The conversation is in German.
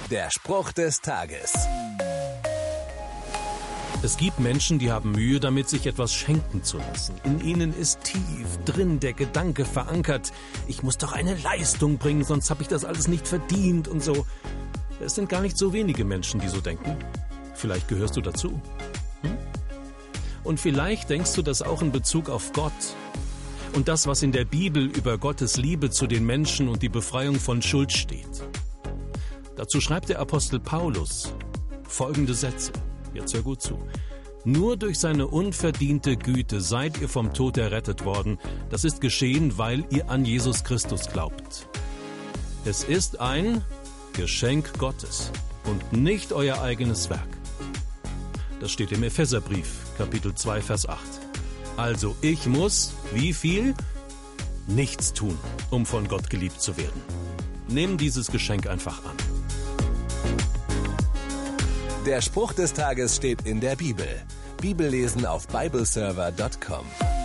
Der Spruch des Tages. Es gibt Menschen, die haben Mühe damit, sich etwas schenken zu lassen. In ihnen ist tief drin der Gedanke verankert, ich muss doch eine Leistung bringen, sonst habe ich das alles nicht verdient und so. Es sind gar nicht so wenige Menschen, die so denken. Vielleicht gehörst du dazu. Und vielleicht denkst du das auch in Bezug auf Gott und das, was in der Bibel über Gottes Liebe zu den Menschen und die Befreiung von Schuld steht. Dazu schreibt der Apostel Paulus folgende Sätze. Jetzt hör gut zu. Nur durch seine unverdiente Güte seid ihr vom Tod errettet worden. Das ist geschehen, weil ihr an Jesus Christus glaubt. Es ist ein Geschenk Gottes und nicht euer eigenes Werk. Das steht im Epheserbrief, Kapitel 2, Vers 8. Also ich muss, wie viel? Nichts tun, um von Gott geliebt zu werden. Nimm dieses Geschenk einfach an. Der Spruch des Tages steht in der Bibel. Bibellesen auf bibleserver.com.